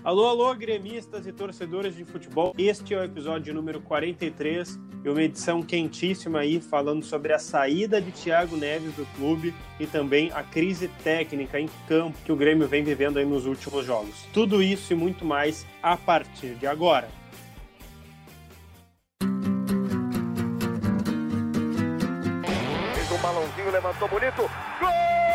Alô, alô, gremistas e torcedores de futebol. Este é o episódio número 43 e uma edição quentíssima aí falando sobre a saída de Thiago Neves do clube e também a crise técnica em campo que o Grêmio vem vivendo aí nos últimos jogos. Tudo isso e muito mais a partir de agora. Fez um balãozinho, levantou bonito. Gol!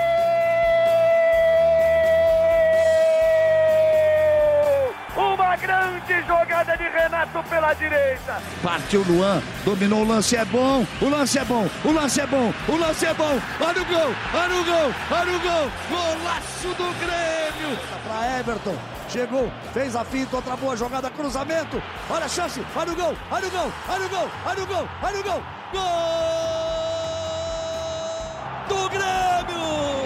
Uma grande jogada de Renato pela direita. Partiu Luan, dominou o lance, é bom, o lance é bom, o lance é bom, o lance é bom. Olha o gol, olha o gol, olha o gol. Golaço do Grêmio. Para Everton, chegou, fez a finta, outra boa jogada, cruzamento. Olha a chance, olha o gol, olha o gol, olha o gol, olha o gol, olha o gol. Gol do Grêmio.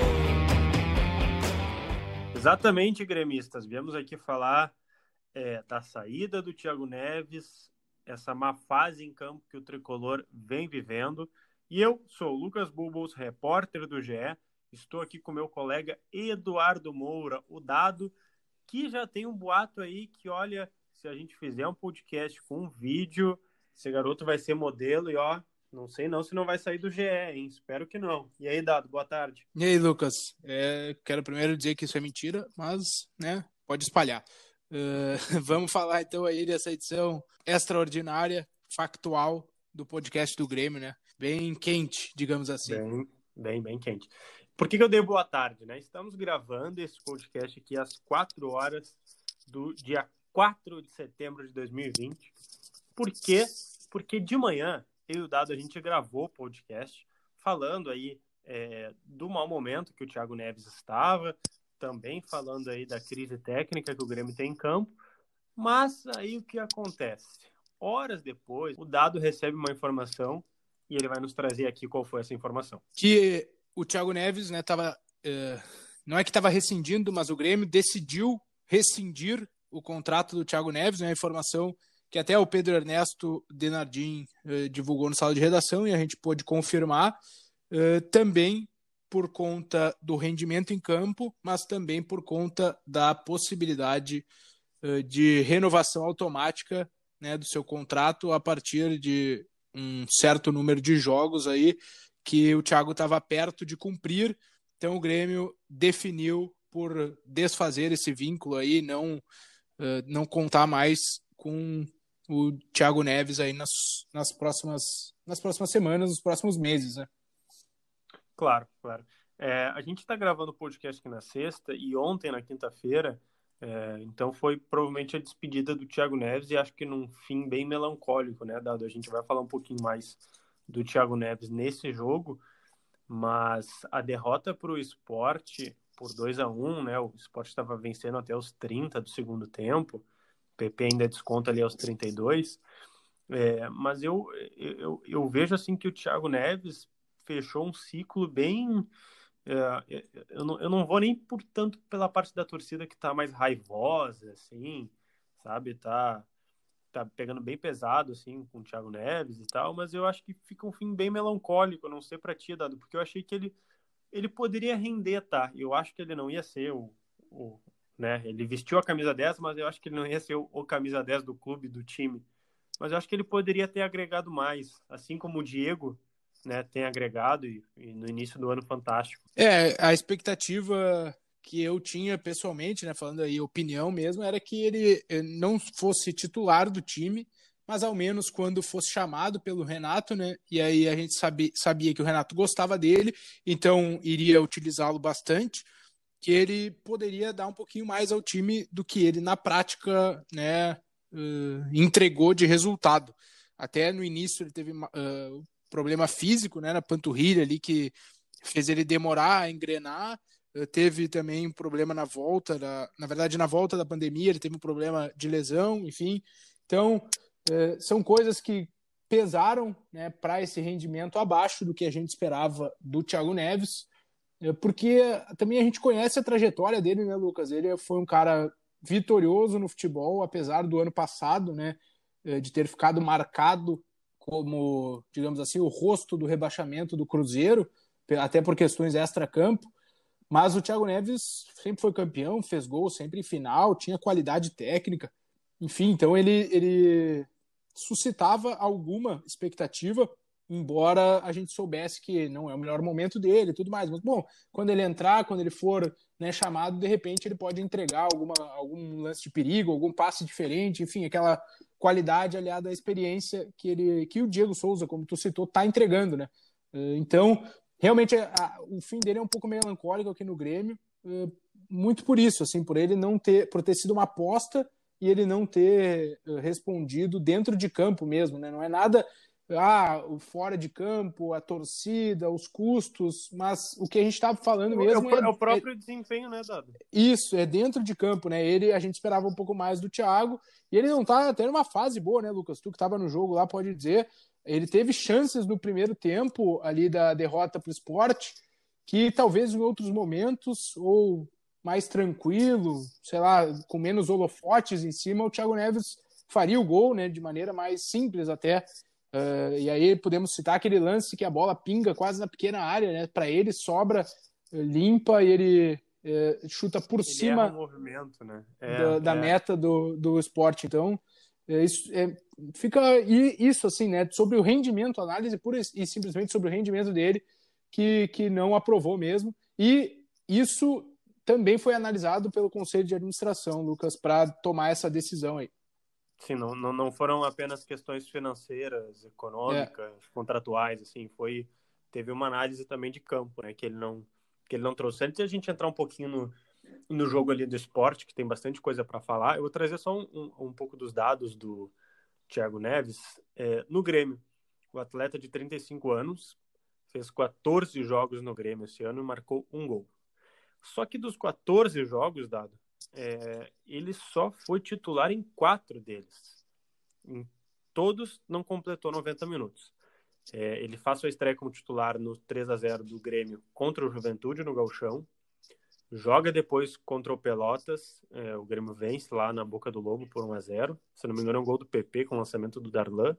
Exatamente, gremistas. Viemos aqui falar da saída do Thiago Neves, essa má fase em campo que o Tricolor vem vivendo. E eu sou o Lucas Bubbles, repórter do GE. Estou aqui com meu colega Eduardo Moura, o Dado, que já tem um boato aí que, olha, se a gente fizer um podcast com um vídeo, esse garoto vai ser modelo e, ó, não sei não se não vai sair do GE, hein? Espero que não. E aí, Dado, boa tarde. E aí, Lucas? Quero primeiro dizer que isso é mentira, mas, né, pode espalhar. Vamos falar então aí dessa edição extraordinária, factual do podcast do Grêmio, né? Bem quente, digamos assim. Bem quente. Por que eu dei boa tarde, né? Estamos gravando esse podcast aqui às 4 horas do dia 4 de setembro de 2020. Por quê? Porque de manhã, eu e o Dado, a gente gravou o podcast falando aí do mau momento que o Thiago Neves estava, também falando aí da crise técnica que o Grêmio tem em campo, mas aí o que acontece? Horas depois, o Dado recebe uma informação e ele vai nos trazer aqui qual foi essa informação. Que o Thiago Neves, né, não é que estava rescindindo, mas o Grêmio decidiu rescindir o contrato do Thiago Neves, né, a informação que até o Pedro Ernesto Denardim divulgou no sala de redação e a gente pôde confirmar, também por conta do rendimento em campo, mas também por conta da possibilidade de renovação automática, né, do seu contrato a partir de um certo número de jogos aí que o Thiago estava perto de cumprir. Então o Grêmio definiu por desfazer esse vínculo aí, não contar mais com o Thiago Neves aí nas próximas semanas, nos próximos meses, né? Claro. A gente está gravando o podcast aqui na sexta e ontem, na quinta-feira, então foi provavelmente a despedida do Thiago Neves e acho que num fim bem melancólico, né, Dado? A gente vai falar um pouquinho mais do Thiago Neves nesse jogo, mas a derrota para o Sport por 2-1, né, o Sport estava vencendo até os 30 do segundo tempo, o PP ainda desconta ali aos 32, mas eu vejo assim que o Thiago Neves fechou um ciclo bem... eu não vou nem por tanto pela parte da torcida que tá mais raivosa, assim, sabe? Tá pegando bem pesado, assim, com o Thiago Neves e tal, mas eu acho que fica um fim bem melancólico, eu não sei pra ti, Dado, porque eu achei que ele poderia render, tá? Eu acho que ele não ia ser né? Ele vestiu a camisa 10, mas eu acho que ele não ia ser o camisa 10 do clube, do time. Mas eu acho que ele poderia ter agregado mais, assim como o Diego, né, tem agregado e no início do ano fantástico. A expectativa que eu tinha pessoalmente, né, falando aí opinião mesmo, era que ele não fosse titular do time, mas ao menos quando fosse chamado pelo Renato, né, e aí a gente sabia que o Renato gostava dele, então iria utilizá-lo bastante, que ele poderia dar um pouquinho mais ao time do que ele na prática, né, entregou de resultado. Até no início ele teve problema físico, né, na panturrilha ali que fez ele demorar a engrenar. Teve também um problema na volta da pandemia, ele teve um problema de lesão, enfim. Então, são coisas que pesaram, né, para esse rendimento abaixo do que a gente esperava do Thiago Neves, porque também a gente conhece a trajetória dele, né, Lucas? Ele foi um cara vitorioso no futebol, apesar do ano passado, né, de ter ficado marcado como, digamos assim, o rosto do rebaixamento do Cruzeiro, até por questões extra-campo, Mas o Thiago Neves sempre foi campeão, fez gol sempre em final, tinha qualidade técnica, enfim, então ele suscitava alguma expectativa, embora a gente soubesse que não é o melhor momento dele e tudo mais. Mas, bom, quando ele entrar, quando ele for, né, chamado, de repente ele pode entregar algum lance de perigo, algum passe diferente, enfim, aquela qualidade aliada à experiência que o Diego Souza, como tu citou, está entregando, né? Então, realmente, o fim dele é um pouco melancólico aqui no Grêmio, muito por isso, assim, por ter sido uma aposta e ele não ter respondido dentro de campo mesmo, né? Não é nada o fora de campo, a torcida, os custos, mas o que a gente estava falando mesmo é o próprio desempenho, né, Dado? Isso, é dentro de campo, né? A gente esperava um pouco mais do Thiago, e ele não tá tendo uma fase boa, né, Lucas? Tu que estava no jogo lá pode dizer, ele teve chances no primeiro tempo ali da derrota para o Sport, que talvez em outros momentos, ou mais tranquilo, sei lá, com menos holofotes em cima, o Thiago Neves faria o gol, né, de maneira mais simples até. E aí podemos citar aquele lance que a bola pinga quase na pequena área, né? Para ele sobra limpa e ele chuta por ele cima erra o movimento, né? da meta do Sport. Então, fica isso assim, né? Sobre o rendimento, análise pura e simplesmente sobre o rendimento dele, que não aprovou mesmo. E isso também foi analisado pelo Conselho de Administração, Lucas, para tomar essa decisão aí. Sim, não foram apenas questões financeiras, econômicas, contratuais, assim, teve uma análise também de campo, né, que ele não trouxe. Antes de a gente entrar um pouquinho no jogo ali do Sport, que tem bastante coisa para falar, eu vou trazer só um pouco dos dados do Thiago Neves. No Grêmio, o atleta de 35 anos fez 14 jogos no Grêmio esse ano e marcou um gol. Só que dos 14 jogos, Dado, ele só foi titular em 4 deles. Em todos não completou 90 minutos. Ele faz sua estreia como titular no 3-0 do Grêmio contra o Juventude no Gauchão. Joga depois contra o Pelotas. O Grêmio vence lá na Boca do Lobo por 1-0. Se não me engano é um gol do PP com o lançamento do Darlan.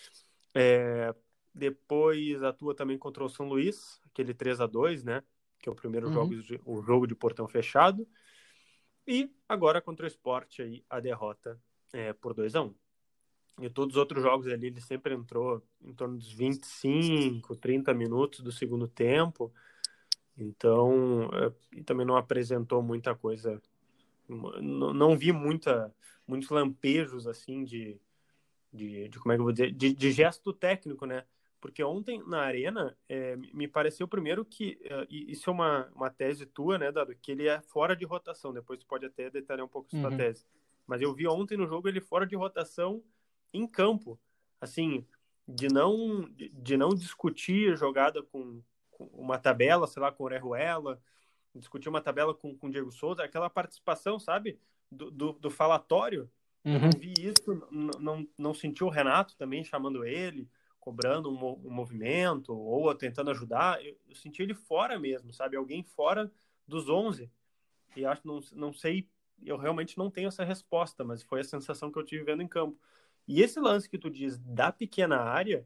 Depois atua também contra o São Luís, aquele 3-2, né? Que é o primeiro jogo de portão fechado. E agora contra o Sport aí, a derrota por 2-1. E todos os outros jogos ali ele sempre entrou em torno dos 25, 30 minutos do segundo tempo. Então, e também não apresentou muita coisa. Não vi muitos lampejos assim de como é que eu vou dizer? De gesto técnico, né? Porque ontem na Arena me pareceu primeiro que isso é uma tese tua, né, Dado? Que ele é fora de rotação. Depois tu pode até detalhar um pouco essa tese. Mas eu vi ontem no jogo ele fora de rotação em campo. Assim, de não discutir jogada com uma tabela, sei lá, com o Orejuela, discutir uma tabela com o Diego Souza, aquela participação, sabe? Do falatório. Eu não vi isso, não senti o Renato também chamando ele, cobrando um movimento ou tentando ajudar. Eu senti ele fora mesmo, sabe? Alguém fora dos 11. E acho, não sei, eu realmente não tenho essa resposta, mas foi a sensação que eu tive vendo em campo. E esse lance que tu diz da pequena área,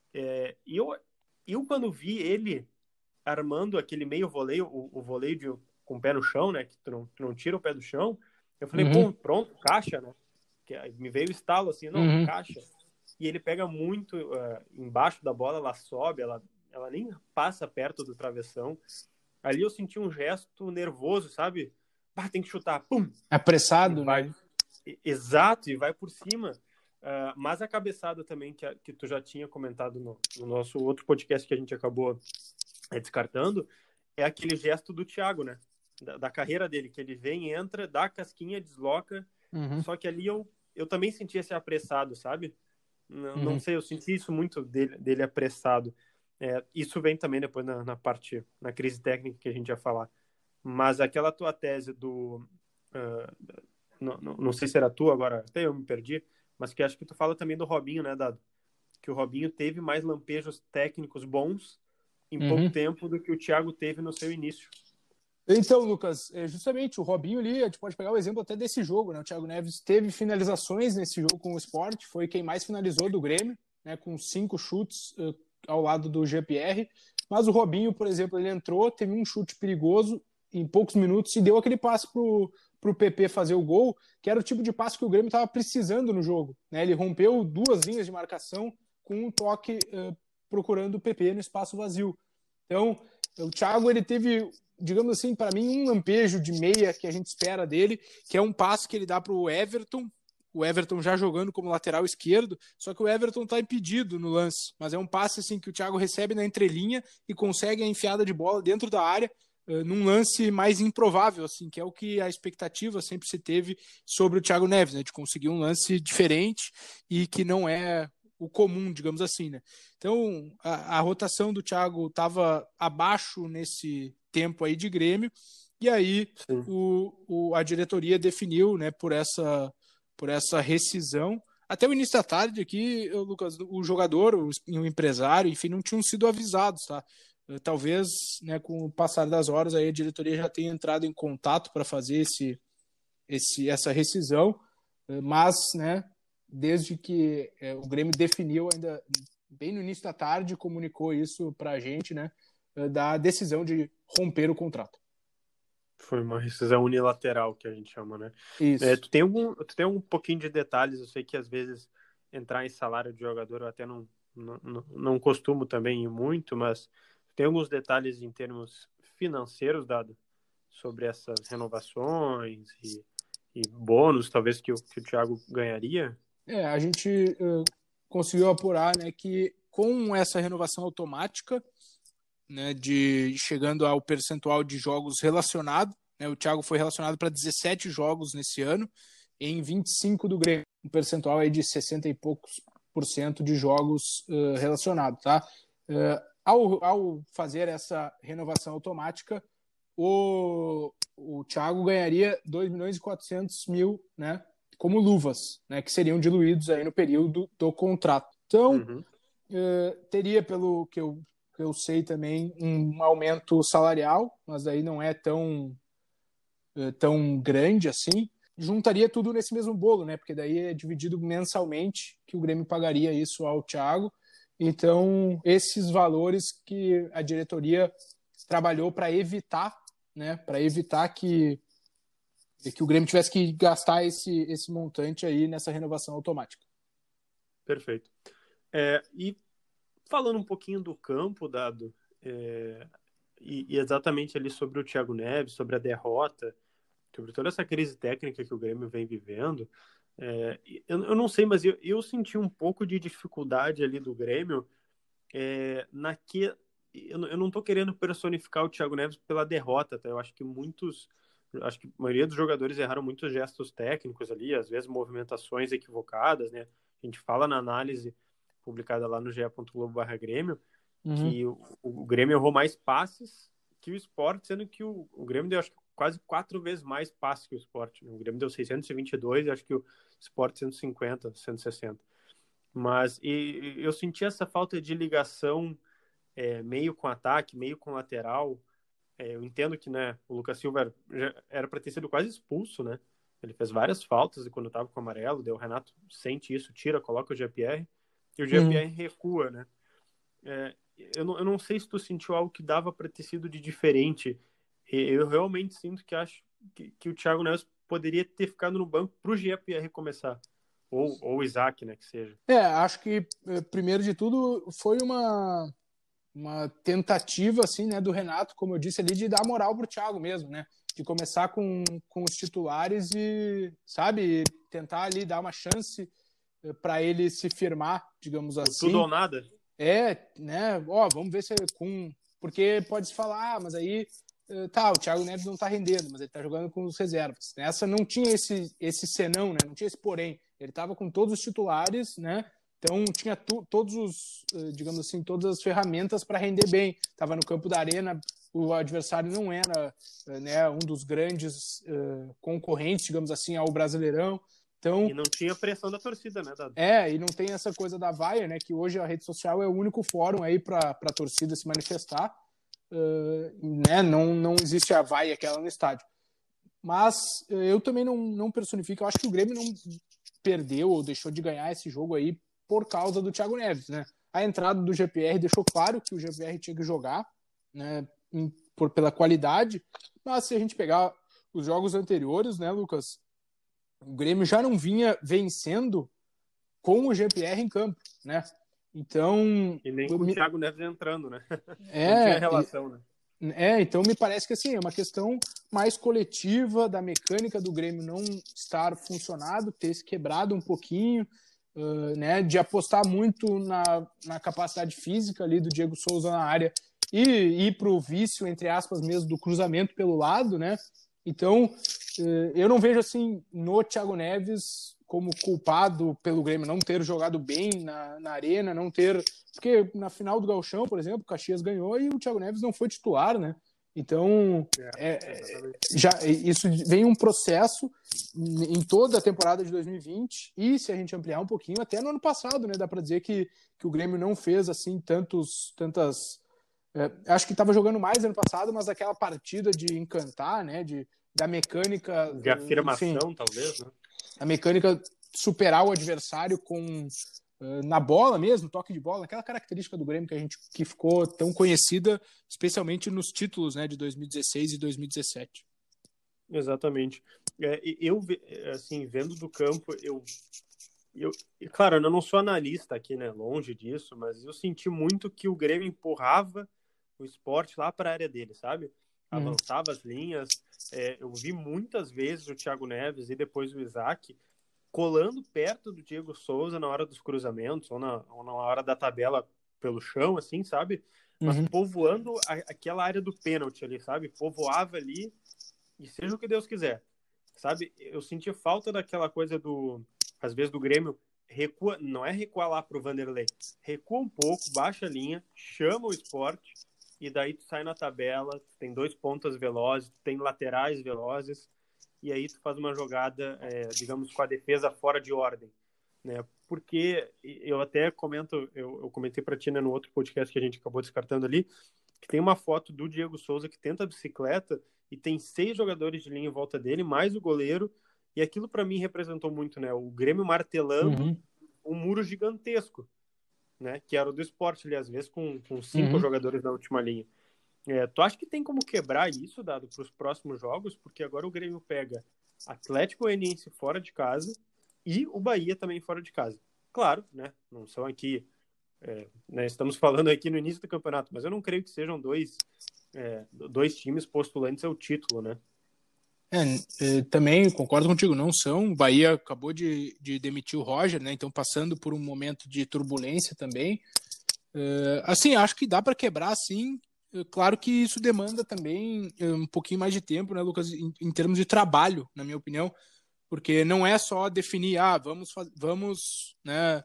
eu quando vi ele armando aquele meio voleio, o voleio com o pé no chão, né? Que tu não tira o pé do chão, eu falei, pronto, caixa, né? Me veio o estalo assim, caixa. E ele pega muito embaixo da bola, ela sobe, ela nem passa perto do travessão. Ali eu senti um gesto nervoso, sabe? Tem que chutar, pum! Apressado, né? Exato, e vai por cima. Mas a cabeçada também, que tu já tinha comentado no nosso outro podcast que a gente acabou descartando, é aquele gesto do Thiago, né? Da carreira dele, que ele vem, entra, dá a casquinha, desloca. Só que ali eu também senti esse apressado, sabe? Não sei, eu senti isso muito dele apressado. Isso vem também depois na crise técnica que a gente ia falar. Mas aquela tua tese não sei se era tua agora, até eu me perdi, mas que acho que tu fala também do Robinho, né, Dado? Que o Robinho teve mais lampejos técnicos bons em pouco tempo do que o Thiago teve no seu início. Então, Lucas, justamente o Robinho ali, a gente pode pegar o exemplo até desse jogo, né? O Thiago Neves teve finalizações nesse jogo com o Sport, foi quem mais finalizou do Grêmio, né? Com 5 chutes ao lado do Jean-Pierre. Mas o Robinho, por exemplo, ele entrou, teve um chute perigoso, em poucos minutos e deu aquele passe pro PP fazer o gol, que era o tipo de passe que o Grêmio estava precisando no jogo, né? Ele rompeu 2 linhas de marcação com um toque procurando o PP no espaço vazio. Então, o Thiago, ele teve, digamos assim, para mim, um lampejo de meia que a gente espera dele, que é um passe que ele dá para o Everton já jogando como lateral esquerdo, só que o Everton está impedido no lance, mas é um passe assim que o Thiago recebe na entrelinha e consegue a enfiada de bola dentro da área, num lance mais improvável, assim, que é o que a expectativa sempre se teve sobre o Thiago Neves, né, de conseguir um lance diferente e que não é o comum, digamos assim, né? Então, a rotação do Thiago estava abaixo nesse tempo aí de Grêmio, e aí a diretoria definiu, né, por essa rescisão. Até o início da tarde aqui, Lucas, o jogador, o empresário, enfim, não tinham sido avisados, tá? Talvez, né, com o passar das horas, aí a diretoria já tenha entrado em contato para fazer essa rescisão, mas, né, desde que o Grêmio definiu, ainda bem no início da tarde, comunicou isso para a gente, né, da decisão de romper o contrato. Foi uma rescisão unilateral, que a gente chama, né? Isso. Tu tem um pouquinho de detalhes, eu sei que às vezes entrar em salário de jogador eu até não costumo também ir muito, mas tem alguns detalhes em termos financeiros, Dado, sobre essas renovações e bônus, talvez, que o Thiago ganharia? A gente conseguiu apurar, né, que com essa renovação automática, né, chegando ao percentual de jogos relacionado, né, o Thiago foi relacionado para 17 jogos nesse ano, em 25 do Grêmio, um percentual aí de 60 e poucos % de jogos relacionados, tá? Ao fazer essa renovação automática, o Thiago ganharia 2.400.000, né, como luvas, né, que seriam diluídos aí no período do contrato. Então, teria, pelo que eu sei também, um aumento salarial, mas aí não é tão grande assim. Juntaria tudo nesse mesmo bolo, né? Porque daí é dividido mensalmente que o Grêmio pagaria isso ao Thiago. Então, esses valores que a diretoria trabalhou para evitar, né? Para evitar que o Grêmio tivesse que gastar esse montante aí nessa renovação automática. Perfeito. E falando um pouquinho do campo, Dado, e exatamente ali sobre o Thiago Neves, sobre a derrota, sobre toda essa crise técnica que o Grêmio vem vivendo, eu não sei, mas eu senti um pouco de dificuldade ali do Grêmio eu não estou querendo personificar o Thiago Neves pela derrota, tá? Eu acho que a maioria dos jogadores erraram muitos gestos técnicos ali, às vezes movimentações equivocadas, né? A gente fala na análise publicada lá no ge.globo/Grêmio, que o Grêmio errou mais passes que o Sport, sendo que o Grêmio deu, acho que, quase 4 vezes mais passes que o Sport. O Grêmio deu 622 e acho que o Sport 150, 160. Mas eu senti essa falta de ligação meio com ataque, meio com lateral. Eu entendo que, né, o Lucas Silva era para ter sido quase expulso, né? Ele fez várias faltas quando estava com o amarelo, daí o Renato sente isso, tira, coloca o Jean-Pierre, e o Jean-Pierre recua, né? Eu não sei se tu sentiu algo que dava para ter sido de diferente. Eu realmente sinto que acho que o Thiago Neves poderia ter ficado no banco para o Jean-Pierre começar. Ou o Isaac, né, que seja. Acho que, primeiro de tudo, foi uma tentativa, assim, né, do Renato, como eu disse ali, de dar moral pro Thiago mesmo, né? De começar com os titulares e, sabe, tentar ali dar uma chance para ele se firmar, digamos assim. Tudo ou nada? Né? Vamos ver se porque pode se falar, mas aí o Thiago Neves não tá rendendo, mas ele tá jogando com os reservas. Nessa não tinha esse senão, né? Não tinha esse porém. Ele tava com todos os titulares, né? Então tinha todos os, digamos assim, todas as ferramentas para render bem. Tava no campo da Arena, o adversário não era, né, um dos grandes concorrentes, digamos assim, ao Brasileirão. Então, e não tinha pressão da torcida, né, Dado? E não tem essa coisa da vaia, né? Que hoje a rede social é o único fórum aí para a torcida se manifestar. Né? Não existe a vaia aquela no estádio. Mas eu também não personifico. Eu acho que o Grêmio não perdeu ou deixou de ganhar esse jogo aí por causa do Thiago Neves, né? A entrada do GPR deixou claro que o GPR tinha que jogar, né? pela qualidade, mas se a gente pegar os jogos anteriores, né, Lucas, o Grêmio já não vinha vencendo com o Jean-Pierre em campo, né? Então... E nem com o Thiago Neves entrando, né? Não É, tinha relação, né? Então me parece que assim, é uma questão mais coletiva da mecânica do Grêmio não estar funcionado, ter se quebrado um pouquinho, né, de apostar muito na capacidade física ali do Diego Souza na área e ir para o vício, entre aspas, mesmo do cruzamento pelo lado, né? Então, eu não vejo assim no Thiago Neves como culpado pelo Grêmio não ter jogado bem na arena, não ter... Porque na final do Gauchão, por exemplo, o Caxias ganhou e o Thiago Neves não foi titular, né? Então, isso vem um processo em toda a temporada de 2020 e se a gente ampliar um pouquinho, até no ano passado, né? Dá para dizer que o Grêmio não fez assim tantas... acho que estava jogando mais ano passado, mas aquela partida de encantar, né? Da mecânica... De afirmação, talvez, né? A mecânica superar o adversário na bola mesmo, toque de bola, aquela característica do Grêmio que ficou tão conhecida, especialmente nos títulos, né, de 2016 e 2017. Exatamente. Eu, assim, vendo do campo, claro, eu não sou analista aqui, né, longe disso, mas eu senti muito que o Grêmio empurrava o Sport lá para a área dele, sabe? Avançava as linhas. Eu vi muitas vezes o Thiago Neves e depois o Isaac colando perto do Diego Souza na hora dos cruzamentos ou na hora da tabela pelo chão, assim, sabe? Mas povoando aquela área do pênalti ali, sabe? Povoava ali e seja o que Deus quiser, sabe? Eu senti falta daquela coisa às vezes do Grêmio recua, não é recuar lá pro Vanderlei, recua um pouco, baixa a linha, chama o Sport e daí tu sai na tabela, tu tem 2 pontas velozes, tu tem laterais velozes, e aí tu faz uma jogada, digamos, com a defesa fora de ordem, né? Porque eu até comento, eu comentei pra ti, né, no outro podcast que a gente acabou descartando ali, que tem uma foto do Diego Souza que tenta a bicicleta e tem 6 jogadores de linha em volta dele, mais o goleiro, e aquilo pra mim representou muito, né? O Grêmio martelando um muro gigantesco, né? Que era o do Sport ali, às vezes com 5 jogadores na última linha. Tu acha que tem como quebrar isso, Dado, para os próximos jogos? Porque agora o Grêmio pega Atlético Goianiense fora de casa e o Bahia também fora de casa. Claro, né? Não são aqui... né, estamos falando aqui no início do campeonato, mas eu não creio que sejam dois times postulantes ao título, né? Também concordo contigo, não são. O Bahia acabou de demitir o Roger, né? Então passando por um momento de turbulência também. Assim, acho que dá para quebrar, sim. Claro que isso demanda também um pouquinho mais de tempo, né, Lucas, em termos de trabalho, na minha opinião, porque não é só definir, vamos, né,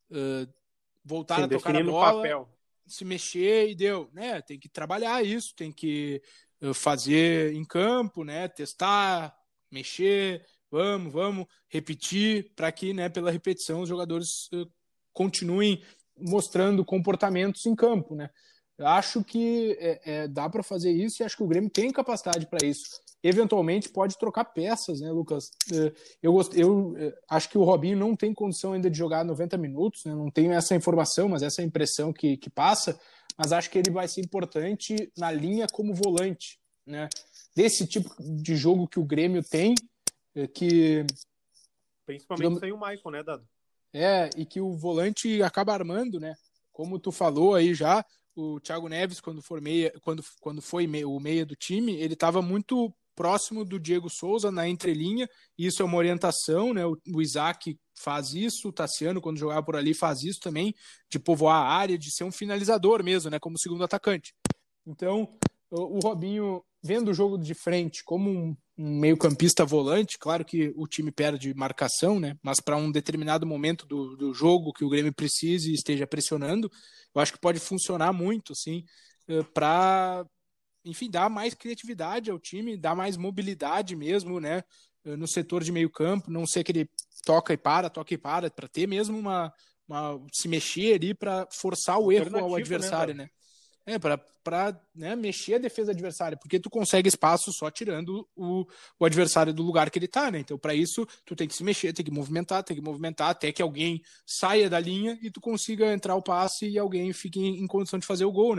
voltar a tocar a bola, se mexer e deu, né? Tem que trabalhar isso, tem que fazer em campo, né? Testar, mexer, vamos repetir, para que, né, pela repetição os jogadores continuem mostrando comportamentos em campo, né? Eu acho que dá para fazer isso e acho que o Grêmio tem capacidade para isso. Eventualmente pode trocar peças, né, Lucas? Eu acho que o Robinho não tem condição ainda de jogar 90 minutos, né? Não tenho essa informação, mas essa impressão que passa, mas acho que ele vai ser importante na linha como volante, né? Desse tipo de jogo que o Grêmio tem, que... Principalmente sem o Maicon, né, Dado? E que o volante acaba armando, né? Como tu falou aí já, o Thiago Neves, quando foi o meia do time, ele estava muito próximo do Diego Souza na entrelinha, isso é uma orientação, né? O Isaac faz isso, o Tassiano, quando jogava por ali, faz isso também, de povoar a área, de ser um finalizador mesmo, né? Como segundo atacante. Então, o Robinho, vendo o jogo de frente como um meio-campista volante, claro que o time perde marcação, né? Mas para um determinado momento do jogo que o Grêmio precise e esteja pressionando, eu acho que pode funcionar muito, assim, para, enfim, dar mais criatividade ao time, dar mais mobilidade mesmo, né? No setor de meio-campo, não ser aquele toca e para, para ter mesmo se mexer ali para forçar o erro ao adversário, né? Para né, mexer a defesa adversária, porque tu consegue espaço só tirando o adversário do lugar que ele tá, né? Então, para isso, tu tem que se mexer, tem que movimentar até que alguém saia da linha e tu consiga entrar o passe e alguém fique em condição de fazer o gol, né?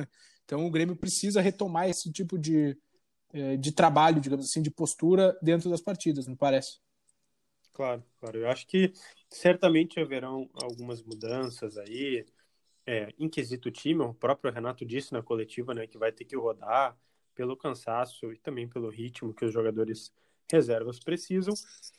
Então o Grêmio precisa retomar esse tipo de trabalho, digamos assim, de postura dentro das partidas, me parece. Claro, claro. Eu acho que certamente haverão algumas mudanças aí, em quesito time. O próprio Renato disse na coletiva, né, que vai ter que rodar pelo cansaço e também pelo ritmo que os jogadores reservas precisam.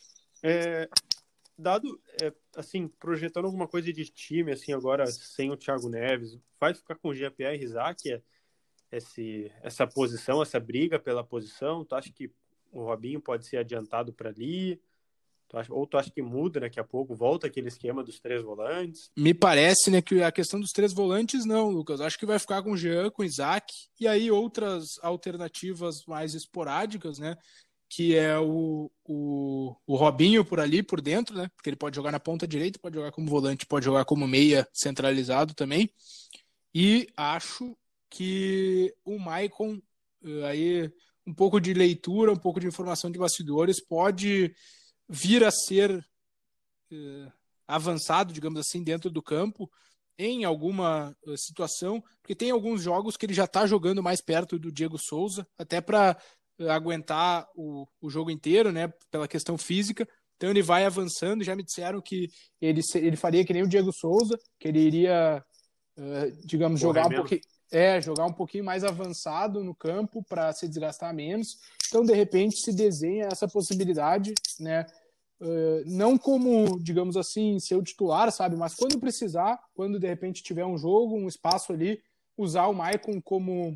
Assim, projetando alguma coisa de time, assim, agora sem o Thiago Neves, vai ficar com o Jean-Pierre Isaac, essa posição, essa briga pela posição? Tu acha que o Robinho pode ser adiantado para ali? Ou tu acha que muda daqui a pouco, volta aquele esquema dos 3 volantes? Me parece, né, que a questão dos 3 volantes não, Lucas. Acho que vai ficar com o Jean, com o Isaac, e aí outras alternativas mais esporádicas, né, que é o Robinho por ali, por dentro, né, porque ele pode jogar na ponta direita, pode jogar como volante, pode jogar como meia centralizado também. E acho que o Maicon, aí um pouco de leitura, um pouco de informação de bastidores, pode vir a ser avançado, digamos assim, dentro do campo em alguma situação, porque tem alguns jogos que ele já está jogando mais perto do Diego Souza, até para aguentar o jogo inteiro, né, pela questão física. Então ele vai avançando. Já me disseram que ele faria que nem o Diego Souza, que ele iria, digamos, jogar um pouquinho mais avançado no campo para se desgastar menos. Então, de repente, se desenha essa possibilidade, né? Não como, digamos assim, ser o titular, sabe? Mas quando precisar, quando de repente tiver um jogo, um espaço ali, usar o Maicon como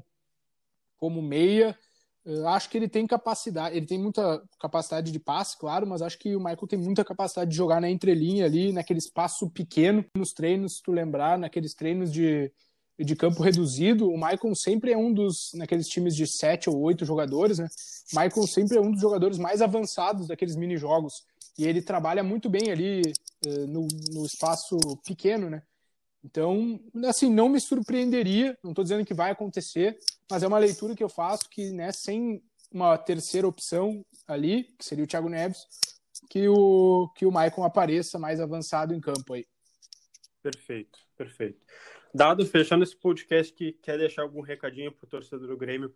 meia. Acho que ele tem capacidade, ele tem muita capacidade de passe, claro, mas acho que o Maicon tem muita capacidade de jogar na entrelinha ali, naquele espaço pequeno, nos treinos, se tu lembrar, naqueles treinos de campo reduzido. O Maicon sempre é naqueles times de 7 ou 8 jogadores, né? O Maicon sempre é um dos jogadores mais avançados daqueles mini-jogos. E ele trabalha muito bem ali no espaço pequeno, né? Então, assim, não me surpreenderia, não estou dizendo que vai acontecer, mas é uma leitura que eu faço que, né, sem uma terceira opção ali, que seria o Thiago Neves, que o Maicon apareça mais avançado em campo aí. Perfeito, perfeito. Dado, fechando esse podcast, que quer deixar algum recadinho para o torcedor do Grêmio?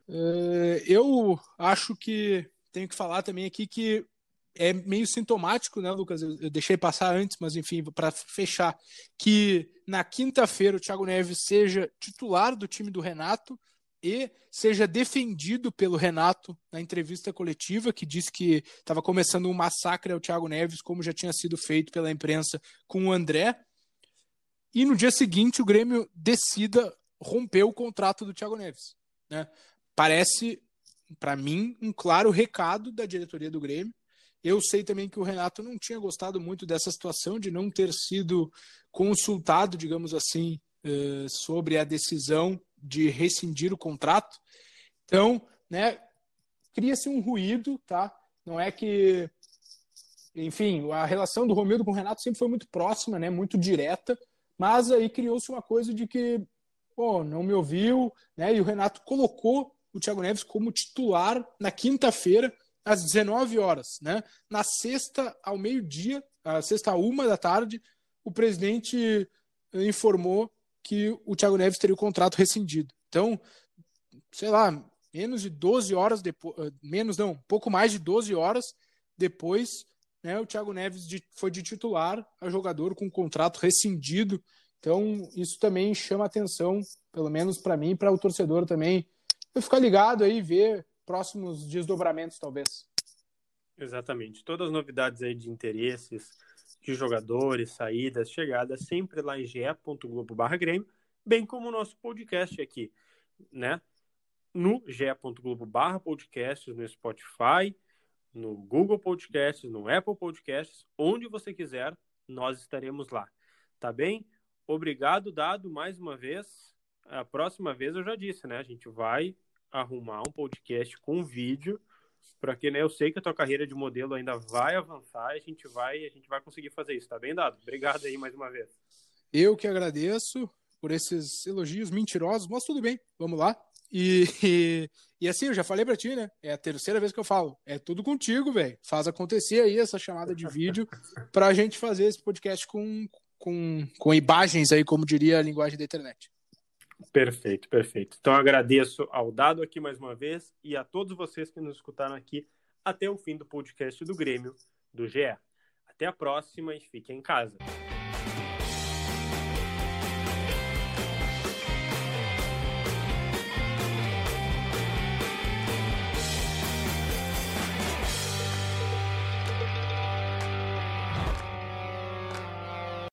Eu acho que tenho que falar também aqui que é meio sintomático, né, Lucas? Eu deixei passar antes, mas enfim, para fechar, que na quinta-feira o Thiago Neves seja titular do time do Renato e seja defendido pelo Renato na entrevista coletiva, que disse que estava começando um massacre ao Thiago Neves, como já tinha sido feito pela imprensa com o André. E no dia seguinte o Grêmio decida romper o contrato do Thiago Neves, né? Parece, para mim, um claro recado da diretoria do Grêmio. Eu sei também que o Renato não tinha gostado muito dessa situação de não ter sido consultado, digamos assim, sobre a decisão de rescindir o contrato. Então, né, cria-se um ruído, tá? Não é que... Enfim, a relação do Romildo com o Renato sempre foi muito próxima, né, muito direta, mas aí criou-se uma coisa de que, não me ouviu, né? E o Renato colocou o Thiago Neves como titular na quinta-feira, às 19 horas, né? Na sexta, ao meio-dia, a sexta, 1h, o presidente informou que o Thiago Neves teria o contrato rescindido. Então, sei lá, menos de 12 horas depois, pouco mais de 12 horas depois, né, o Thiago Neves foi de titular a jogador com contrato rescindido. Então, isso também chama atenção, pelo menos para mim e para o torcedor também. Eu ficar ligado aí e ver próximos desdobramentos, talvez. Exatamente. Todas as novidades aí de interesses, de jogadores, saídas, chegadas, sempre lá em ge.globo/Grêmio, bem como o nosso podcast aqui, né? No ge.globo/podcasts, no Spotify, no Google Podcasts, no Apple Podcasts, onde você quiser, nós estaremos lá. Tá bem? Obrigado, Dado, mais uma vez. A próxima vez eu já disse, né? A gente vai arrumar um podcast com vídeo, porque, né, eu sei que a tua carreira de modelo ainda vai avançar, e a gente vai conseguir fazer isso, tá bem, Dado? Obrigado aí mais uma vez. Eu que agradeço por esses elogios mentirosos, mas tudo bem, vamos lá. E assim, eu já falei pra ti, né? É a terceira vez que eu falo. É tudo contigo, velho. Faz acontecer aí essa chamada de vídeo pra gente fazer esse podcast com imagens aí, como diria a linguagem da internet. Perfeito, perfeito. Então agradeço ao Dado aqui mais uma vez e a todos vocês que nos escutaram aqui até o fim do podcast do Grêmio do GE. Até a próxima e fiquem em casa.